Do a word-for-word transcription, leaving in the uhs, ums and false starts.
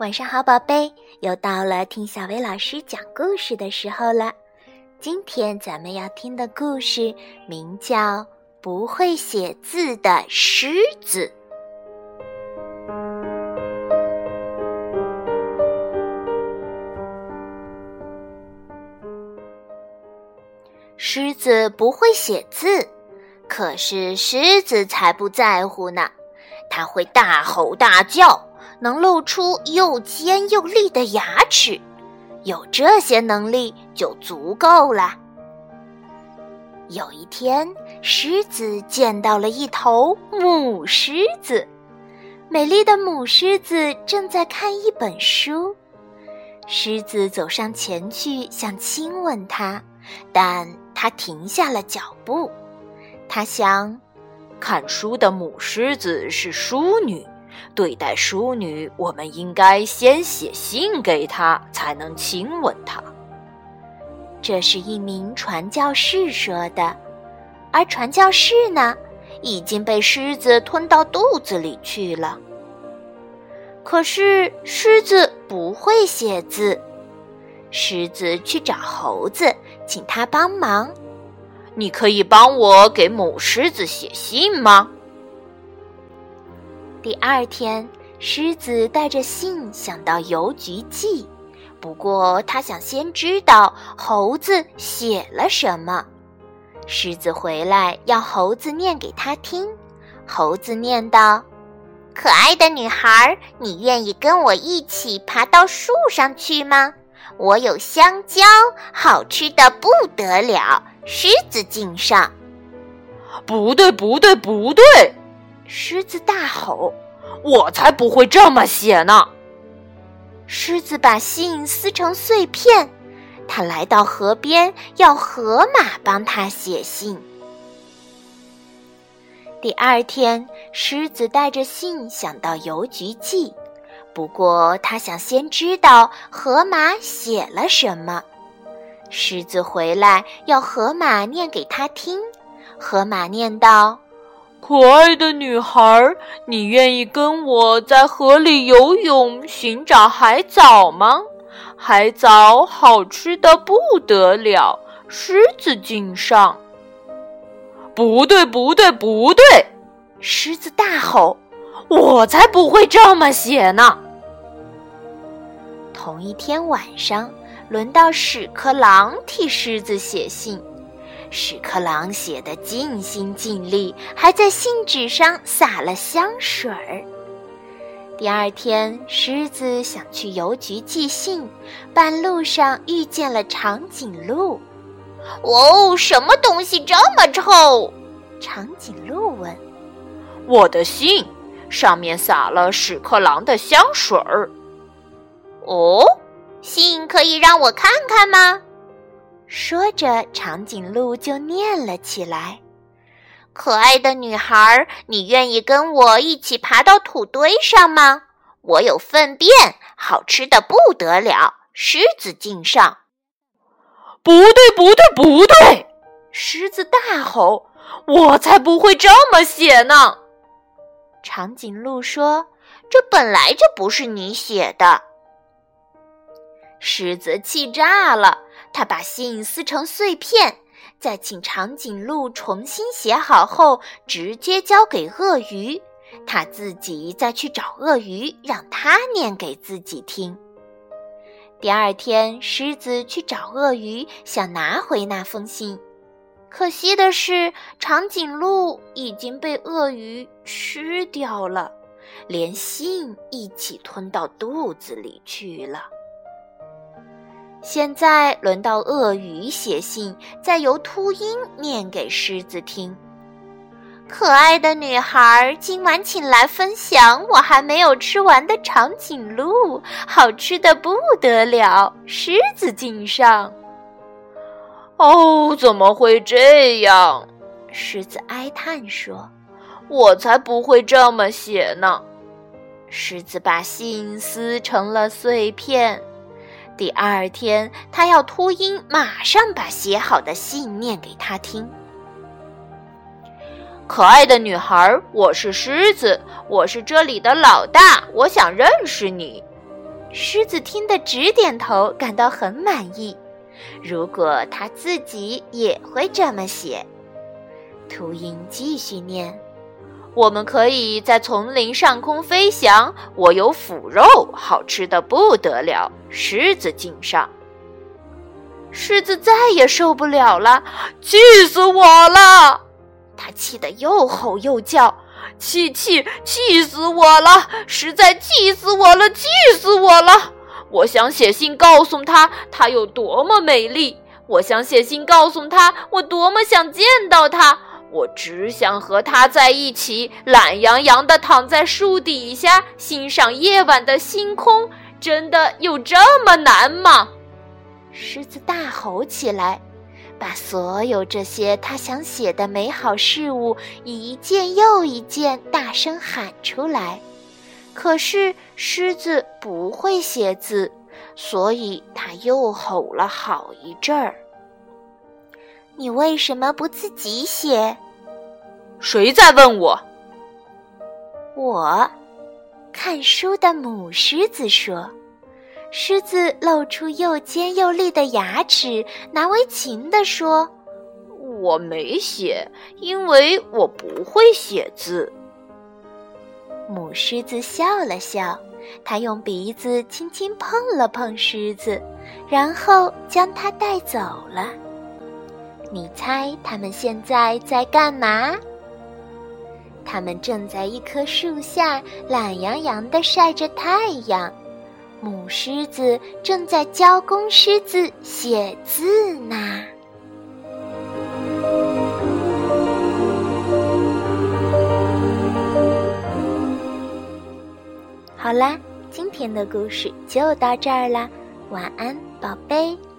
晚上好，宝贝，又到了听小薇老师讲故事的时候了。今天咱们要听的故事名叫《不会写字的狮子》。狮子不会写字，可是狮子才不在乎呢，它会大吼大叫，能露出又尖又利的牙齿，有这些能力就足够了。有一天，狮子见到了一头母狮子，美丽的母狮子正在看一本书。狮子走上前去想亲吻它，但它停下了脚步。它想， 看书的母狮子是淑女，对待淑女，我们应该先写信给她，才能亲吻她。 这是一名传教士说的，而传教士呢，已经被狮子吞到肚子里去了。可是狮子不会写字，狮子去找猴子，请他帮忙。 你可以帮我给母狮子写信吗？ 第二天，狮子带着信想到邮局寄，不过他想先知道猴子写了什么。狮子回来要猴子念给他听，猴子念道：可爱的女孩，你愿意跟我一起爬到树上去吗？我有香蕉，好吃的不得了，狮子敬上。 不对不对不对， 狮子大吼， 我才不会这么写呢。 狮子把信撕成碎片，他来到河边，要河马帮他写信。第二天，狮子带着信想到邮局寄，不过他想先知道河马写了什么。狮子回来要河马念给他听，河马念道： 可爱的女孩，你愿意跟我在河里游泳，寻找海藻吗？海藻好吃的不得了，狮子敬上。不对不对不对， 狮子大吼， 我才不会这么写呢。 同一天晚上，轮到屎壳郎替狮子写信。屎壳郎写得尽心尽力，还在信纸上撒了香水儿。第二天，狮子想去邮局寄信，半路上遇见了长颈鹿。哦，什么东西这么臭？长颈鹿问。 我的信，上面撒了屎壳郎的香水儿。 哦，信可以让我看看吗？说着，长颈鹿就念了起来：可爱的女孩，你愿意跟我一起爬到土堆上吗？我有粪便，好吃的不得了，狮子敬上。 不对不对不对， 狮子大吼， 我才不会这么写呢。 长颈鹿说，这本来就不是你写的。狮子气炸了，他把信撕成碎片，再请长颈鹿重新写好后，直接交给鳄鱼，他自己再去找鳄鱼，让他念给自己听。第二天，狮子去找鳄鱼，想拿回那封信。可惜的是，长颈鹿已经被鳄鱼吃掉了，连信一起吞到肚子里去了。现在轮到鳄鱼写信，再由秃鹰念给狮子听。可爱的女孩，今晚请来分享我还没有吃完的长颈鹿，好吃的不得了，狮子敬上。 哦，怎么会这样？ 狮子哀叹说， 我才不会这么写呢。 狮子把信撕成了碎片。第二天，他要秃鹰马上把写好的信念给他听。 可爱的女孩，我是狮子，我是这里的老大，我想认识你。 狮子听得直点头，感到很满意。如果他自己也会这么写。秃鹰继续念： 我们可以在丛林上空飞翔，我有腐肉，好吃得不得了，狮子敬上。狮子再也受不了了，气死我了！他气得又吼又叫，气气气死我了，实在气死我了，气死我了！我想写信告诉她，她有多么美丽，我想写信告诉她，我多么想见到她，我只想和她在一起，懒洋洋地躺在树底下，欣赏夜晚的星空，真的有这么难吗？ 狮子大吼起来，把所有这些他想写的美好事物一件又一件大声喊出来。可是狮子不会写字，所以他又吼了好一阵儿。你为什么不自己写？ 谁在问我？ 我，看书的母狮子说。狮子露出又尖又利的牙齿，难为情地说： 我没写，因为我不会写字。 母狮子笑了笑，它用鼻子轻轻碰了碰狮子，然后将它带走了。你猜它们现在在干嘛？它们正在一棵树下懒洋洋地晒着太阳。母狮子正在教公狮子写字呢。好啦，今天的故事就到这儿啦，晚安，宝贝。